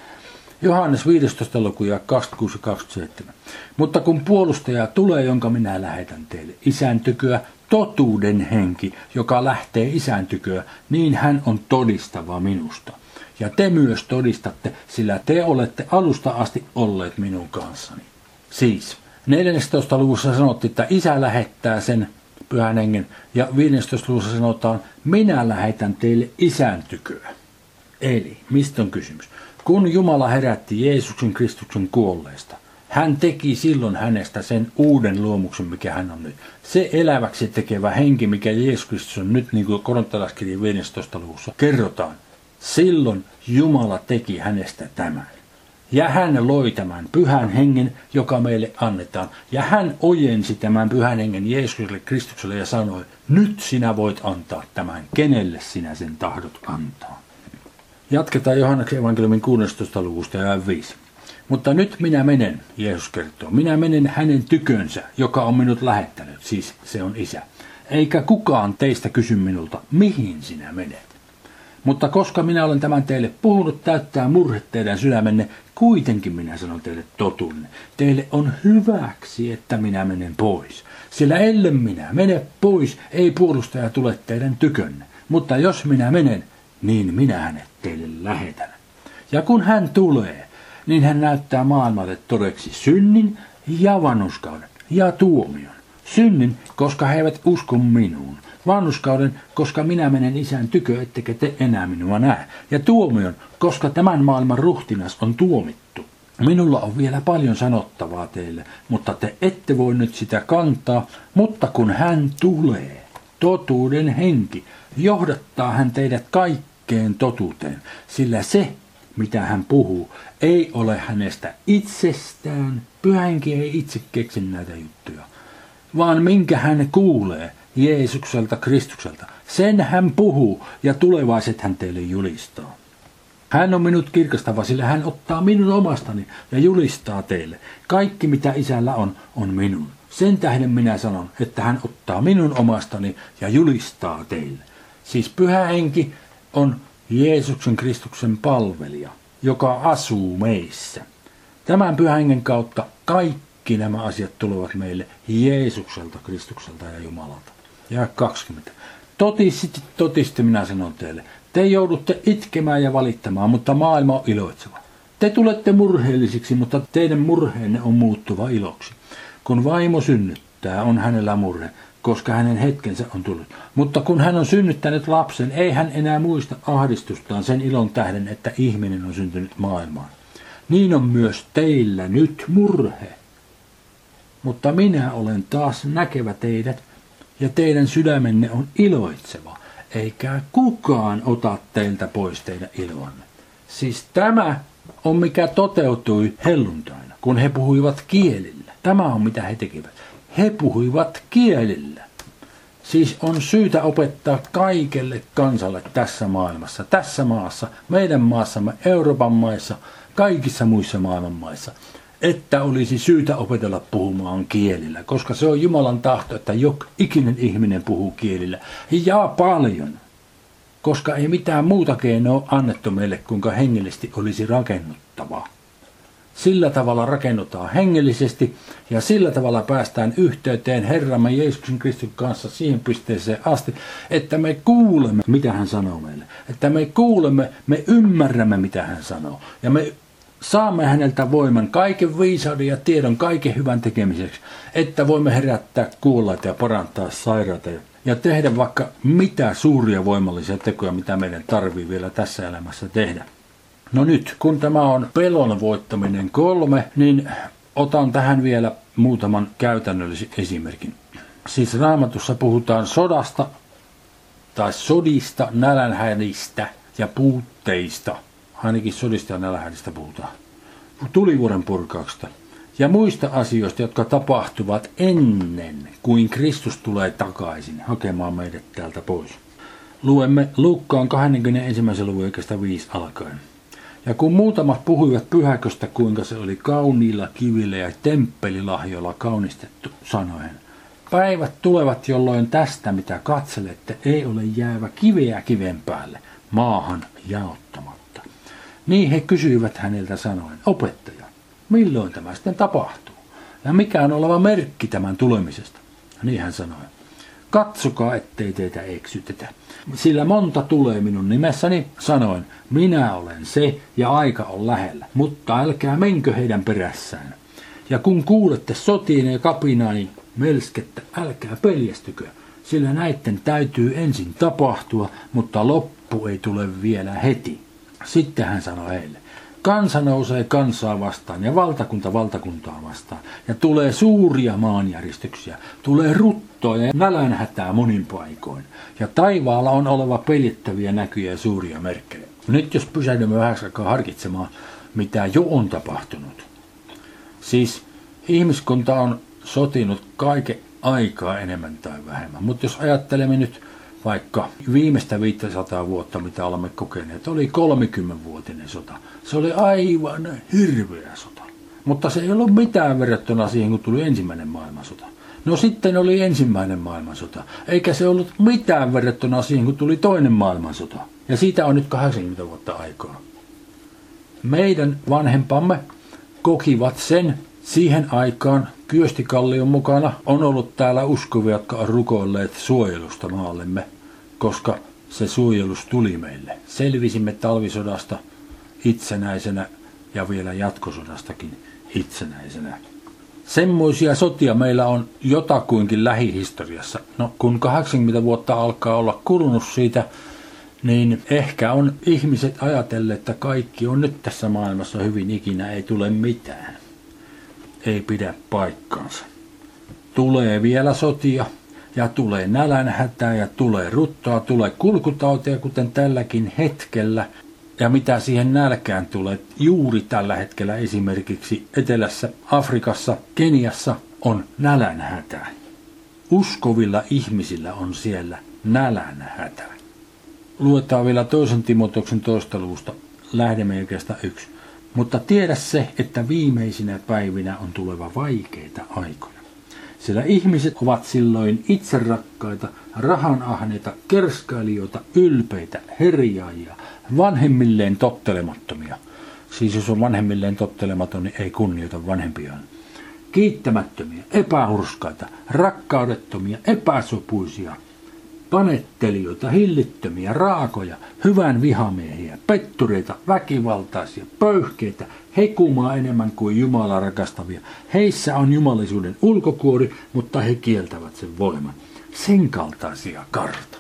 Johannes 15. luku ja 26 ja 27. Mutta kun puolustaja tulee, jonka minä lähetän teille, Isän tyköä, totuuden henki, joka lähtee Isän tyköä, niin hän on todistava minusta. Ja te myös todistatte, sillä te olette alusta asti olleet minun kanssani. Siis 14. luvussa sanottiin, että Isä lähettää sen Pyhän Hengen, ja 15. luvussa sanotaan, minä lähetän teille Isän tyköä. Eli, mistä on kysymys? Kun Jumala herätti Jeesuksen Kristuksen kuolleista, hän teki silloin hänestä sen uuden luomuksen, mikä hän on nyt. Se eläväksi tekevä henki, mikä Jeesus Kristus on nyt, niin kuin Korintalaiskirjan 15. luvussa kerrotaan. Silloin Jumala teki hänestä tämän. Ja hän loi tämän Pyhän Hengen, joka meille annetaan. Ja hän ojensi tämän Pyhän Hengen Jeesukselle Kristukselle ja sanoi, nyt sinä voit antaa tämän, kenelle sinä sen tahdot antaa. Jatketaan Johanneksen evankeliumin 16. luvusta ja 5. Mutta nyt minä menen, Jeesus kertoo, minä menen hänen tykönsä, joka on minut lähettänyt, siis se on Isä. Eikä kukaan teistä kysy minulta, mihin sinä menet. Mutta koska minä olen tämän teille puhunut, täyttää murhe teidän sydämenne, kuitenkin minä sanon teille totuuden. Teille on hyväksi, että minä menen pois. Sillä ellen minä mene pois, ei puolustaja tule teidän tykönne. Mutta jos minä menen, niin minä hänet teille lähetän. Ja kun hän tulee, niin hän näyttää maailmalle todeksi synnin ja vanhurskauden ja tuomion. Synnin, koska he eivät usko minuun. Vanhurskauden, koska minä menen Isän tykö, ettekä te enää minua näe. Ja tuomion, koska tämän maailman ruhtinas on tuomittu. Minulla on vielä paljon sanottavaa teille, mutta te ette voi nyt sitä kantaa. Mutta kun hän tulee, totuuden henki, johdattaa hän teidät kaikkeen totuuteen, sillä se, mitä hän puhuu, ei ole hänestä itsestään. Pyhä Henki ei itse keksi näitä juttuja, vaan minkä hän kuulee Jeesukselta, Kristukselta. Sen hän puhuu ja tulevaiset hän teille julistaa. Hän on minut kirkastava, sillä hän ottaa minun omastani ja julistaa teille. Kaikki mitä Isällä on minun. Sen tähden minä sanon, että hän ottaa minun omastani ja julistaa teille. Siis Pyhä Henki on Jeesuksen Kristuksen palvelija, joka asuu meissä. Tämän Pyhän Hengen kautta kaikki nämä asiat tulevat meille Jeesukselta, Kristukselta ja Jumalalta. Ja 20. Totisesti minä sanon teille, te joudutte itkemään ja valittamaan, mutta maailma on iloitseva. Te tulette murheellisiksi, mutta teidän murheenne on muuttuva iloksi. Kun vaimo synnyttää, on hänellä murhe, koska hänen hetkensä on tullut. Mutta kun hän on synnyttänyt lapsen, ei hän enää muista ahdistustaan sen ilon tähden, että ihminen on syntynyt maailmaan. Niin on myös teillä nyt murhe. Mutta minä olen taas näkevä teidät, ja teidän sydämenne on iloitseva, eikä kukaan ota teiltä pois teidän iloanne. Siis tämä on mikä toteutui helluntaina, kun he puhuivat kielillä. Tämä on mitä he tekivät. He puhuivat kielillä. Siis on syytä opettaa kaikelle kansalle tässä maailmassa, tässä maassa, meidän maassamme, Euroopan maissa, kaikissa muissa maailman maissa, että olisi syytä opetella puhumaan kielillä, koska se on Jumalan tahto, että ikinen ihminen puhuu kielillä ja paljon, koska ei mitään muuta keinoa annettu meille, kuinka hengellisesti olisi rakennuttava. Sillä tavalla rakennutaan hengellisesti ja sillä tavalla päästään yhteyteen Herramme Jeesuksen Kristuksen kanssa siihen pisteeseen asti, että me kuulemme, mitä hän sanoo meille. Että me kuulemme, me ymmärrämme, mitä hän sanoo. Ja me saamme häneltä voiman kaiken viisauden ja tiedon, kaiken hyvän tekemiseksi, että voimme herättää kuolleita ja parantaa sairaita ja tehdä vaikka mitä suuria voimallisia tekoja, mitä meidän tarvii vielä tässä elämässä tehdä. No nyt, kun tämä on pelon voittaminen 3, niin otan tähän vielä muutaman käytännöllisen esimerkin. Siis Raamatussa puhutaan sodasta tai sodista, nälänhädistä ja puutteista. Ainakin sodista ja nälänhädistä puhutaan. Tulivuoren purkauksesta ja muista asioista, jotka tapahtuvat ennen kuin Kristus tulee takaisin hakemaan meidät täältä pois. Luemme Luukkaan 21. luvun 5 alkaen. Ja kun muutamat puhuivat pyhäköstä, kuinka se oli kauniilla kivillä ja temppelilahjoilla kaunistettu, sanoen. Päivät tulevat, jolloin tästä, mitä katselette, ei ole jäävä kiveä kiven päälle, maahan jaottamatta. Niin he kysyivät häneltä sanoen, opettaja, milloin tämä sitten tapahtuu? Ja mikä on oleva merkki tämän tulemisesta? Niin hän sanoi, katsokaa, ettei teitä eksytetä. Sillä monta tulee minun nimessäni, sanoin, minä olen se ja aika on lähellä, mutta älkää menkö heidän perässään. Ja kun kuulette sotien ja kapinaa, niin melskettä, älkää peljästykö, sillä näitten täytyy ensin tapahtua, mutta loppu ei tule vielä heti. Sitten hän sanoi heille, kansa nousee kansaa vastaan ja valtakunta valtakuntaa vastaan. Ja tulee suuria maanjäristyksiä, tulee ruttoa ja nälänhätää monin paikoin. Ja taivaalla on oleva peljettäviä näkyjä ja suuria merkkejä. Nyt jos pysähdymme vähän aikaa harkitsemaan, mitä jo on tapahtunut. Siis ihmiskunta on sotinut kaiken aikaa enemmän tai vähemmän. Mutta jos ajattelemme nyt vaikka viimeistä 500 vuotta, mitä olemme kokeneet, oli 30-vuotinen sota. Se oli aivan hirveä sota. Mutta se ei ollut mitään verrattuna siihen, kun tuli ensimmäinen maailmansota. No sitten oli ensimmäinen maailmansota. Eikä se ollut mitään verrattuna siihen, kun tuli toinen maailmansota. Ja siitä on nyt 80 vuotta aikaa. Meidän vanhempamme kokivat sen siihen aikaan. Kyöstikallion mukana on ollut täällä uskovia, jotka on rukoilleet suojelusta maallemme, koska se suojelus tuli meille. Selvisimme talvisodasta itsenäisenä ja vielä jatkosodastakin itsenäisenä. Semmoisia sotia meillä on jotakuinkin lähihistoriassa. No kun 80 vuotta alkaa olla kulunut siitä, niin ehkä on ihmiset ajatelleet, että kaikki on nyt tässä maailmassa hyvin, ikinä ei tule mitään. Ei pidä paikkaansa. Tulee vielä sotia ja tulee nälänhätää ja tulee ruttoa, tulee kulkutauteja, kuten tälläkin hetkellä. Ja mitä siihen nälkään tulee, juuri tällä hetkellä esimerkiksi Etelässä Afrikassa, Keniassa on nälänhätä. Uskovilla ihmisillä on siellä nälänhätä. Luetaan vielä 2. Timoteuksen 2. luvusta, lähdemme jakeesta 1. Mutta tiedä se, että viimeisinä päivinä on tuleva vaikeita aikoja. Sillä ihmiset ovat silloin itserakkaita, rahanahneita, kerskailijoita, ylpeitä, herjaajia, vanhemmilleen tottelemattomia. Siis jos on vanhemmilleen tottelematon, niin ei kunnioita vanhempiaan. Kiittämättömiä, epähurskaita, rakkaudettomia, epäsopuisia, panettelijoita, hillittömiä, raakoja, hyvän vihamiehiä, pettureita, väkivaltaisia, pöyhkeitä, hekumaa enemmän kuin Jumalaa rakastavia. Heissä on jumalisuuden ulkokuori, mutta he kieltävät sen voiman. Sen kaltaisia karta.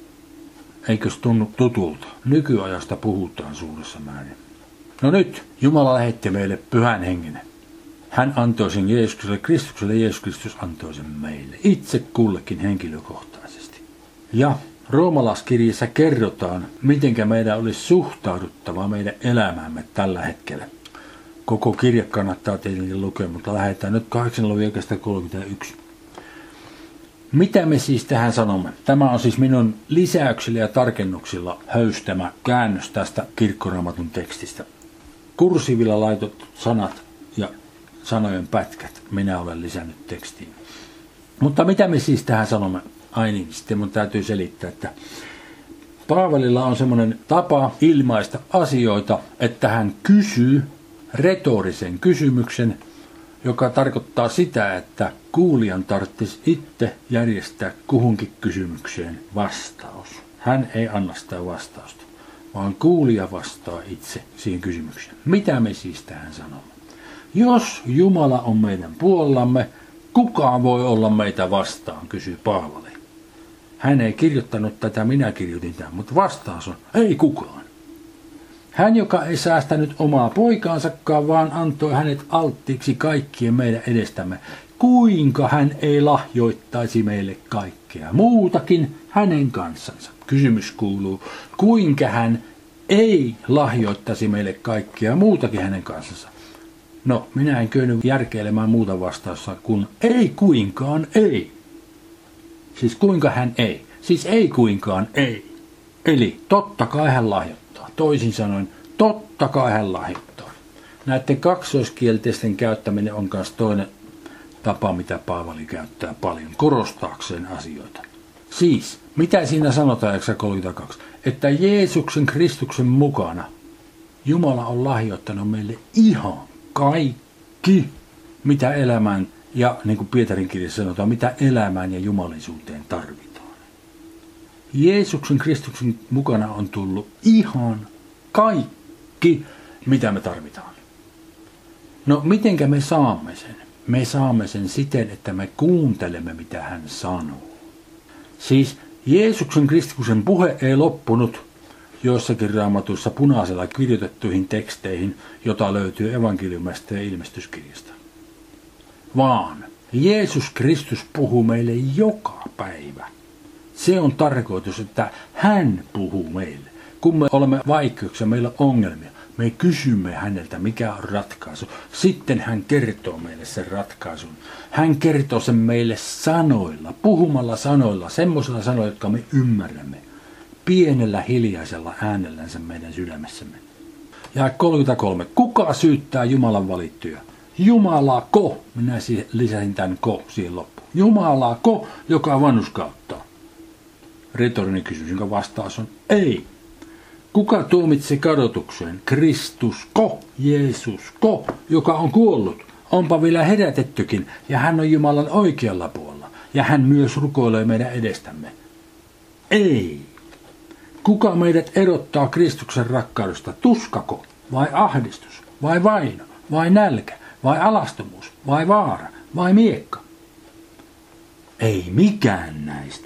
Eikös tunnu tutulta? Nykyajasta puhutaan suuressa määrin. No nyt Jumala lähetti meille Pyhän Hengen. Hän antoi sen Jeesukselle, Kristukselle, Jeesus Kristus antoi sen meille. Itse kullekin henkilökohtaisesti. Ja roomalaiskirjassa kerrotaan, mitenkä meidän olisi suhtauduttava meidän elämäämme tällä hetkellä. Koko kirja kannattaa tietenkin lukea, mutta lähdetään nyt 8. luvun 31. Mitä me siis tähän sanomme? Tämä on siis minun lisäyksillä ja tarkennuksilla höystämä käännös tästä Kirkkoraamatun tekstistä. Kursiivilla laitetut sanat ja sanojen pätkät minä olen lisännyt tekstiin. Mutta mitä me siis tähän sanomme? Ai niin, sitten mun täytyy selittää, että Paavalilla on semmoinen tapa ilmaista asioita, että hän kysyy retorisen kysymyksen, joka tarkoittaa sitä, että kuulijan tarvitsisi itse järjestää kuhunkin kysymykseen vastaus. Hän ei anna sitä vastausta, vaan kuulija vastaa itse siihen kysymykseen. Mitä me siis tähän sanomme? Jos Jumala on meidän puolellamme, kuka voi olla meitä vastaan, kysyy Paavali. Hän ei kirjoittanut tätä, minä kirjoitin tämän, mutta vastaus on, ei kukaan. Hän, joka ei säästänyt omaa poikaansakaan, vaan antoi hänet alttiiksi kaikkien meidän edestämme. Kuinka hän ei lahjoittaisi meille kaikkea muutakin hänen kanssansa? Kysymys kuuluu, kuinka hän ei lahjoittaisi meille kaikkea muutakin hänen kanssansa? No, minä en kyennyt järkeilemään muuta vastausta kuin ei kuinkaan ei. Siis kuinka hän ei? Siis ei kuinkaan ei. Eli totta kai hän lahjoittaa. Toisin sanoen, totta kai hän lahjoittaa. Näiden kaksoiskielteisten käyttäminen on myös toinen tapa, mitä Paavali käyttää paljon, korostaakseen asioita. Siis, mitä siinä sanotaan, 32? Että Jeesuksen Kristuksen mukana Jumala on lahjoittanut meille ihan kaikki, mitä elämään, ja niin kuin Pietarin kirjassa sanotaan, mitä elämään ja jumalisuuteen tarvitaan. Jeesuksen Kristuksen mukana on tullut ihan kaikki, mitä me tarvitaan. No, mitenkä me saamme sen? Me saamme sen siten, että me kuuntelemme, mitä hän sanoo. Siis Jeesuksen Kristuksen puhe ei loppunut joissakin raamatuissa punaisella kirjoitettuihin teksteihin, jota löytyy evankeliumista ja ilmestyskirjasta. Vaan Jeesus Kristus puhuu meille joka päivä. Se on tarkoitus, että hän puhuu meille. Kun me olemme vaikeuksia, meillä on ongelmia, me kysymme häneltä, mikä on ratkaisu. Sitten hän kertoo meille sen ratkaisun. Hän kertoo sen meille sanoilla, puhumalla sanoilla, semmoisilla sanoilla, jotka me ymmärrämme. Pienellä hiljaisella äänellänsä meidän sydämessämme. Ja 33. Kuka syyttää Jumalan valittuja? Jumalako, minä lisäsin tämän ko siihen loppuun. Jumalako, joka vanhurskauttaa? Retorinen kysymys, jonka vastaus on ei. Kuka tuomitsee kadotukseen? Kristusko, Jeesusko, joka on kuollut? Onpa vielä herätettykin, ja hän on Jumalan oikealla puolella, ja hän myös rukoilee meidän edestämme. Ei. Kuka meidät erottaa Kristuksen rakkaudesta? Tuskako, vai ahdistus, vai vaino, vai nälkä, vai alastomuus, vai vaara, vai miekka? Ei mikään näistä.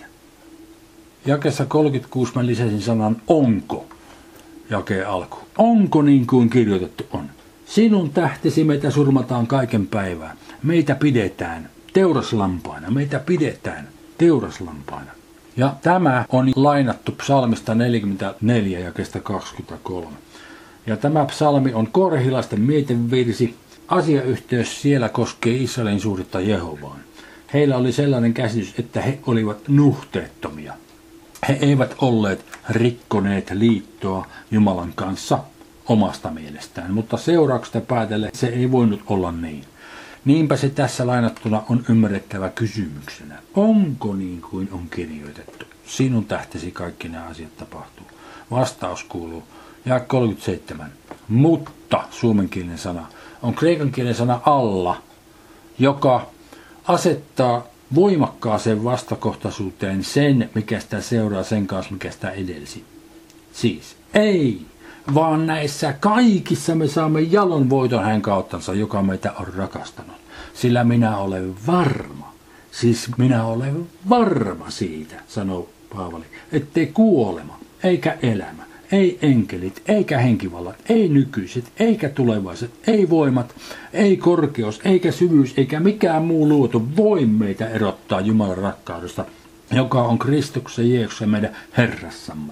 Jakeessa 36 mä lisäsin sanan onko. Jakeen alku. Onko niin kuin kirjoitettu on? Sinun tähtesi meitä surmataan kaiken päivää. Meitä pidetään teuraslampaina. Meitä pidetään teuraslampaina. Ja tämä on lainattu psalmista 44 jakeesta 23. Ja tämä psalmi on korhilaisten mietevirsi. Asiayhteys siellä koskee Israelin suurta Jehovaan. Heillä oli sellainen käsitys, että he olivat nuhteettomia. He eivät olleet rikkoneet liittoa Jumalan kanssa omasta mielestään, mutta seurauksesta päätellen se ei voinut olla niin. Niinpä se tässä lainattuna on ymmärrettävä kysymyksenä. Onko niin kuin on kirjoitettu? Sinun tähtesi kaikki nämä asiat tapahtuu. Vastaus kuuluu, ja 37. Mutta, suomenkielinen sana, on kreikankielinen sana alla, joka asettaa voimakkaaseen vastakohtaisuuteen sen, mikä sitä seuraa sen kanssa, mikä sitä edelsi. Siis ei, vaan näissä kaikissa me saamme jalon voiton hän kauttansa, joka meitä on rakastanut. Sillä minä olen varma, siis minä olen varma siitä, sanoo Paavali, ettei kuolema, eikä elämä, ei enkelit, eikä henkivallat, ei nykyiset, eikä tulevaiset, ei voimat, ei korkeus, eikä syvyys, eikä mikään muu luotu voi meitä erottaa Jumalan rakkaudesta, joka on Kristuksen Jeesuksen meidän Herrassamme.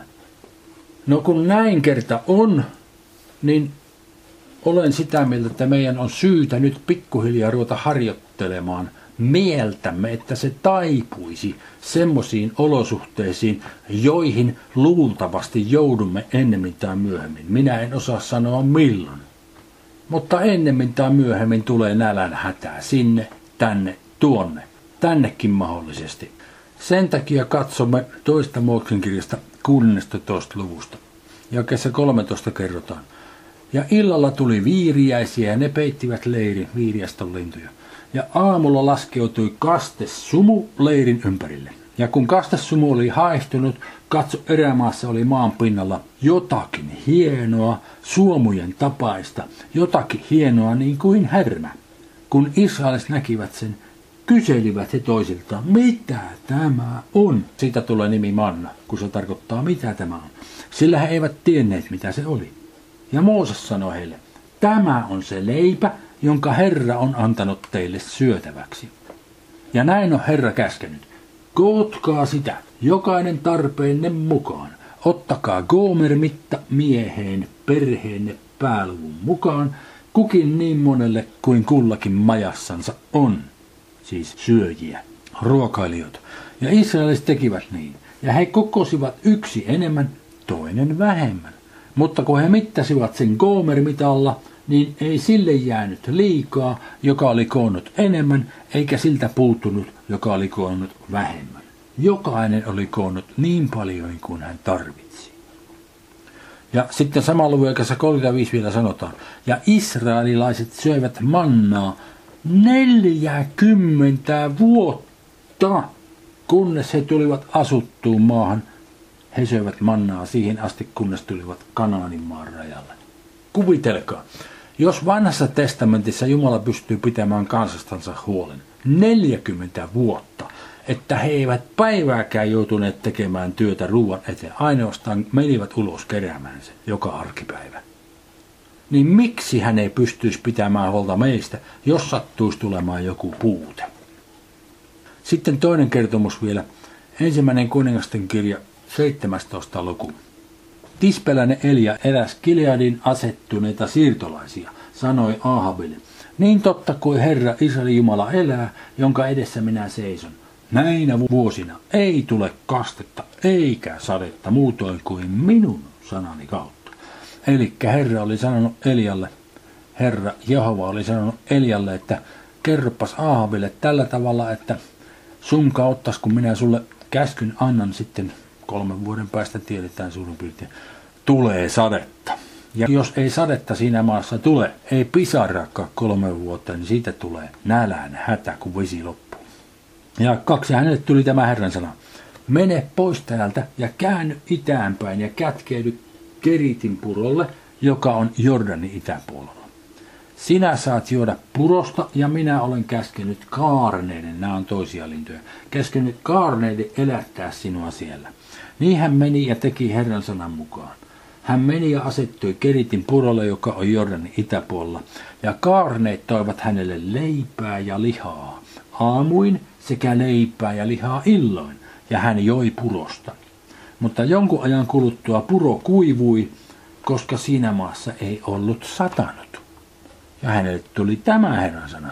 No kun näin kerta on, niin olen sitä mieltä, että meidän on syytä nyt pikkuhiljaa ruveta harjoittelemaan mieltämme, että se taipuisi semmoisiin olosuhteisiin, joihin luultavasti joudumme ennemmin tai myöhemmin. Minä en osaa sanoa milloin, mutta ennemmin tai myöhemmin tulee nälän hätää sinne, tänne, tuonne, tännekin mahdollisesti. Sen takia katsomme toista Mooksen kirjasta 16. luvusta. Jakeessa 13 kerrotaan. Ja illalla tuli viiriäisiä ja ne peittivät leirin, viiriästön lintuja. Ja aamulla laskeutui kastesumu leirin ympärille. Ja kun kastesumu oli haihtunut, katso, erämaassa oli maan pinnalla jotakin hienoa, suomujen tapaista, jotakin hienoa niin kuin härmä. Kun israelit näkivät sen, kyselivät he toisiltaan, mitä tämä on? Siitä tulee nimi manna, kun se tarkoittaa mitä tämä on. Sillä he eivät tienneet mitä se oli. Ja Mooses sanoi heille, tämä on se leipä, jonka Herra on antanut teille syötäväksi. Ja näin on Herra käskenyt. Kootkaa sitä, jokainen tarpeenne mukaan. Ottakaa goomermitta mieheen, perheenne pääluvun mukaan, kukin niin monelle kuin kullakin majassansa on. Siis syöjiä, ruokailijoita. Ja israelit tekivät niin. Ja he kokosivat yksi enemmän, toinen vähemmän. Mutta kun he mittasivat sen goomermitalla, niin ei sille jäänyt liikaa, joka oli koonnut enemmän, eikä siltä puuttunut, joka oli koonnut vähemmän. Jokainen oli koonnut niin paljon kuin hän tarvitsi. Ja sitten sama luvun jakessa 35 vielä sanotaan, ja israelilaiset söivät mannaa 40 vuotta, kunnes he tulivat asuttuun maahan. He söivät mannaa siihen asti, kunnes tulivat Kanaanin maan rajalle. Kuvitelkaa, jos vanhassa testamentissa Jumala pystyy pitämään kansastansa huolen 40 vuotta, että he eivät päivääkään joutuneet tekemään työtä ruoan eteen, ainoastaan menivät ulos keräämään sen joka arkipäivä. Niin miksi hän ei pystyisi pitämään huolta meistä, jos sattuisi tulemaan joku puute? Sitten toinen kertomus vielä, 1. kuningasten kirja 17. luku. Tispeläinen Elia eräs Gileadin asettuneita siirtolaisia sanoi Ahabille, niin totta kuin Herra Israelin Jumala elää, jonka edessä minä seison. Näinä vuosina ei tule kastetta eikä sadetta muutoin kuin minun sanani kautta. Elikkä Herra oli sanonut Elialle, Herra Jehova oli sanonut Elialle, että kerropas Ahabille tällä tavalla, että sun kauttas, kun minä sulle käskyn annan sitten 3 vuoden päästä, tiedetään suurin piirtein, tulee sadetta. Ja jos ei sadetta siinä maassa tule, ei pisaraakaan 3 vuotta, niin siitä tulee nälän hätä, kun vesi loppuu. Ja 2 hänelle tuli tämä Herran sana. Mene pois täältä ja käänny itäänpäin ja kätkeydy Keritin purolle, joka on Jordanin itäpuolella. Sinä saat juoda purosta ja minä olen käskenyt kaarneiden, nämä on toisia lintuja, käskenyt kaarneiden elättää sinua siellä. Niin hän meni ja teki Herran sanan mukaan. Hän meni ja asettui Keritin purolle, joka on Jordanin itäpuolella, ja kaarneet toivat hänelle leipää ja lihaa aamuin sekä leipää ja lihaa illoin, ja hän joi purosta. Mutta jonkun ajan kuluttua puro kuivui, koska siinä maassa ei ollut satanut. Ja hänelle tuli tämä Herran sana.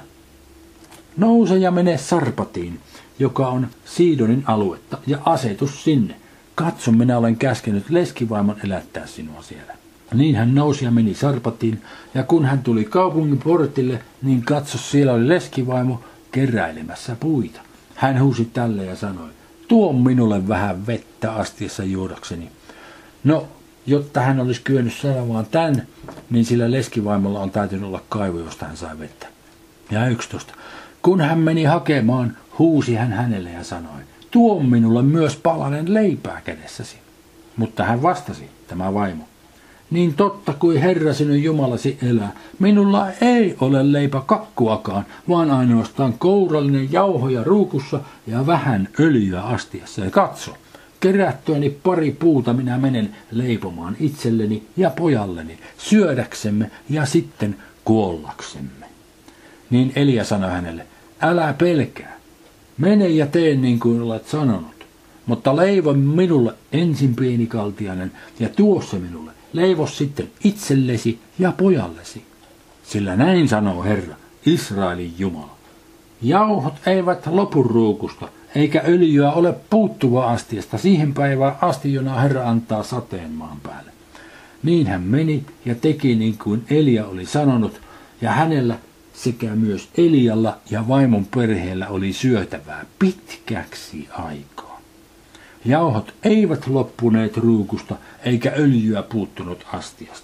Nouse ja mene Sarpatiin, joka on Siidonin aluetta, ja asetus sinne. Katso, minä olen käskenyt leskivaimon elättää sinua siellä. Niin hän nousi ja meni Sarpatiin, ja kun hän tuli kaupungin portille, niin katso, siellä oli leskivaimo keräilemässä puita. Hän huusi tälle ja sanoi, tuo minulle vähän vettä astiassa juodakseni. No, jotta hän olisi kyennyt sanomaan tämän, niin sillä leskivaimolla on täytynyt olla kaivo, josta hän sai vettä. Ja 11. Kun hän meni hakemaan, huusi hän hänelle ja sanoi, tuo minulle myös palanen leipää kädessäsi. Mutta hän vastasi, tämä vaimo, niin totta kuin Herra sinun Jumalasi elää, minulla ei ole leipäkakkuakaan, vaan ainoastaan kourallinen jauhoja ruukussa ja vähän öljyä astiassa. Ja katso, kerättyäni 2 puuta minä menen leipomaan itselleni ja pojalleni, syödäksemme ja sitten kuollaksemme. Niin Elia sanoi hänelle, älä pelkää, mene ja tee niin kuin olet sanonut, mutta leivo minulle ensin pienikaltiainen ja tuo se minulle. Leivo sitten itsellesi ja pojallesi. Sillä näin sanoo Herra, Israelin Jumala. Jauhot eivät lopu ruukusta, eikä öljyä ole puuttuva astiasta siihen päivään asti, jona Herra antaa sateen maan päälle. Niin hän meni ja teki niin kuin Elia oli sanonut, ja hänellä sekä myös Elialla ja vaimon perheellä oli syötävää pitkäksi aikaa. Jauhot eivät loppuneet ruukusta, eikä öljyä puuttunut astiasta.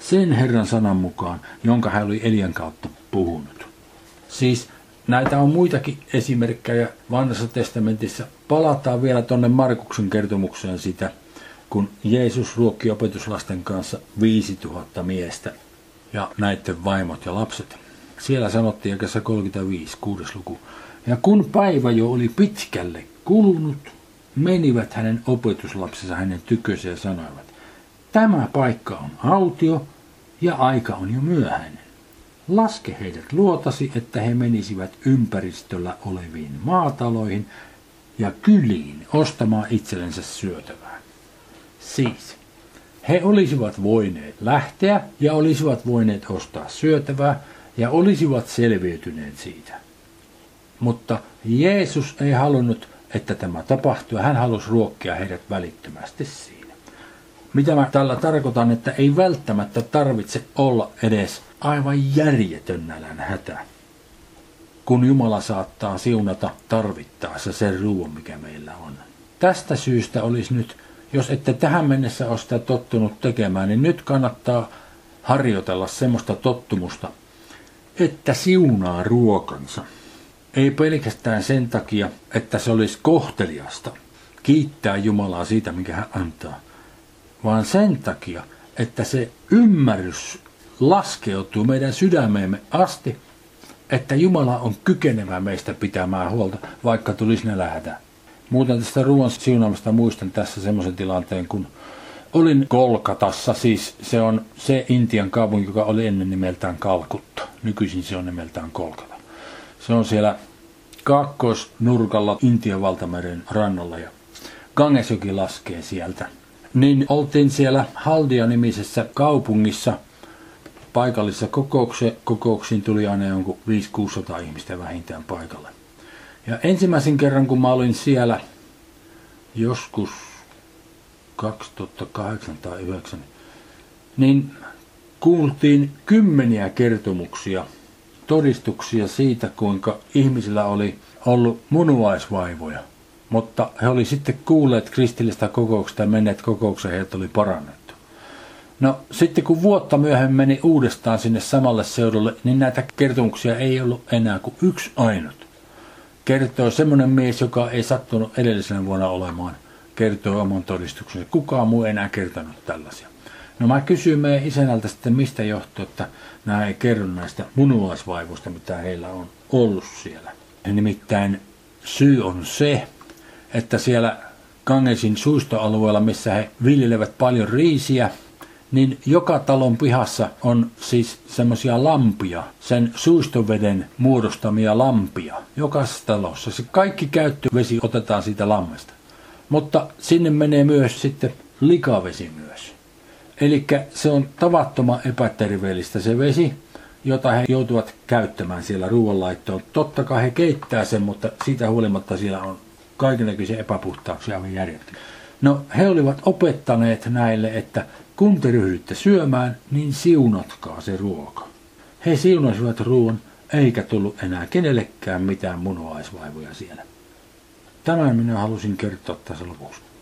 sen Herran sanan mukaan, jonka hän oli Elian kautta puhunut. Siis näitä on muitakin esimerkkejä Vanhassa testamentissa. Palataan vielä tuonne Markuksen kertomukseen sitä, kun Jeesus ruokki opetuslasten kanssa 5000 miestä ja näiden vaimot ja lapset. Siellä sanottiin jakeessa 35, 6. luku. Ja kun päivä jo oli pitkälle kulunut, menivät hänen opetuslapsensa hänen tykönsä ja sanoivat, tämä paikka on autio ja aika on jo myöhäinen. Laske heidät luotasi, että he menisivät ympäristöllä oleviin maataloihin ja kyliin ostamaan itsellensä syötävää. Siis he olisivat voineet lähteä ja olisivat voineet ostaa syötävää ja olisivat selviytyneet siitä. Mutta Jeesus ei halunnut, että tämä tapahtui. Hän halusi ruokkia heidät välittömästi siinä. Mitä mä tällä tarkoitan, että ei välttämättä tarvitse olla edes aivan järjetön nälän hätä, kun Jumala saattaa siunata tarvittaessa sen ruoan, mikä meillä on. Tästä syystä olisi nyt, jos ette tähän mennessä ole sitä tottunut tekemään, niin nyt kannattaa harjoitella semmoista tottumusta, että siunaa ruokansa. Ei pelkästään sen takia, että se olisi kohteliasta kiittää Jumalaa siitä, mikä hän antaa, vaan sen takia, että se ymmärrys laskeutuu meidän sydämeemme asti, että Jumala on kykenevä meistä pitämään huolta, vaikka tulisi nälänhätä. Muuten tästä ruoan siunaamista muistan tässä semmoisen tilanteen, kun olin Kolkatassa, siis se on se Intian kaupunki, joka oli ennen nimeltään Kalkutta. Nykyisin se on nimeltään Kolkata. Se on siellä kaakkoisnurkalla Intian valtameren rannalla ja Gangesjoki laskee sieltä. Niin oltiin siellä Haldia-nimisessä kaupungissa paikallisessa kokouksiin tuli aina jonkun 500-600 ihmistä vähintään paikalle. Ja ensimmäisen kerran, kun mä olin siellä joskus 2008 tai 2009, niin kuultiin kymmeniä kertomuksia, todistuksia siitä, kuinka ihmisillä oli ollut munuaisvaivoja. Mutta he oli sitten kuulleet kristillistä kokouksesta ja menneet kokoukseen, heidät oli parannettu. No sitten kun vuotta myöhemmin meni uudestaan sinne samalle seudulle, niin näitä kertomuksia ei ollut enää kuin yksi ainut. Kertoi semmoinen mies, joka ei sattunut edellisenä vuonna olemaan, kertoi oman todistuksensa. Kukaan muu ei enää kertonut tällaisia. No mä kysyin meidän isänältä sitten, mistä johtuu, että nämä ei kerro näistä munuaisvaivoista, mitä heillä on ollut siellä. Nimittäin syy on se, että siellä Gangesin suistoalueella, missä he viljelevät paljon riisiä, niin joka talon pihassa on siis semmoisia lampia, sen suistoveden muodostamia lampia. Jokaisessa talossa se kaikki käyttövesi otetaan siitä lammesta. Mutta sinne menee myös sitten likavesi myös. Eli se on tavattoman epäterveellistä se vesi, jota he joutuvat käyttämään siellä ruoanlaittoon. Totta kai he keittää sen, mutta siitä huolimatta siellä on kaikennäköisiä epäpuhtauksia aivan järjettömiä. No he olivat opettaneet näille, että kun te ryhdytte syömään, niin siunatkaa se ruoka. He siunasivat ruoan, eikä tullut enää kenellekään mitään munuaisvaivoja siellä. Tämän minä halusin kertoa tässä lopussa.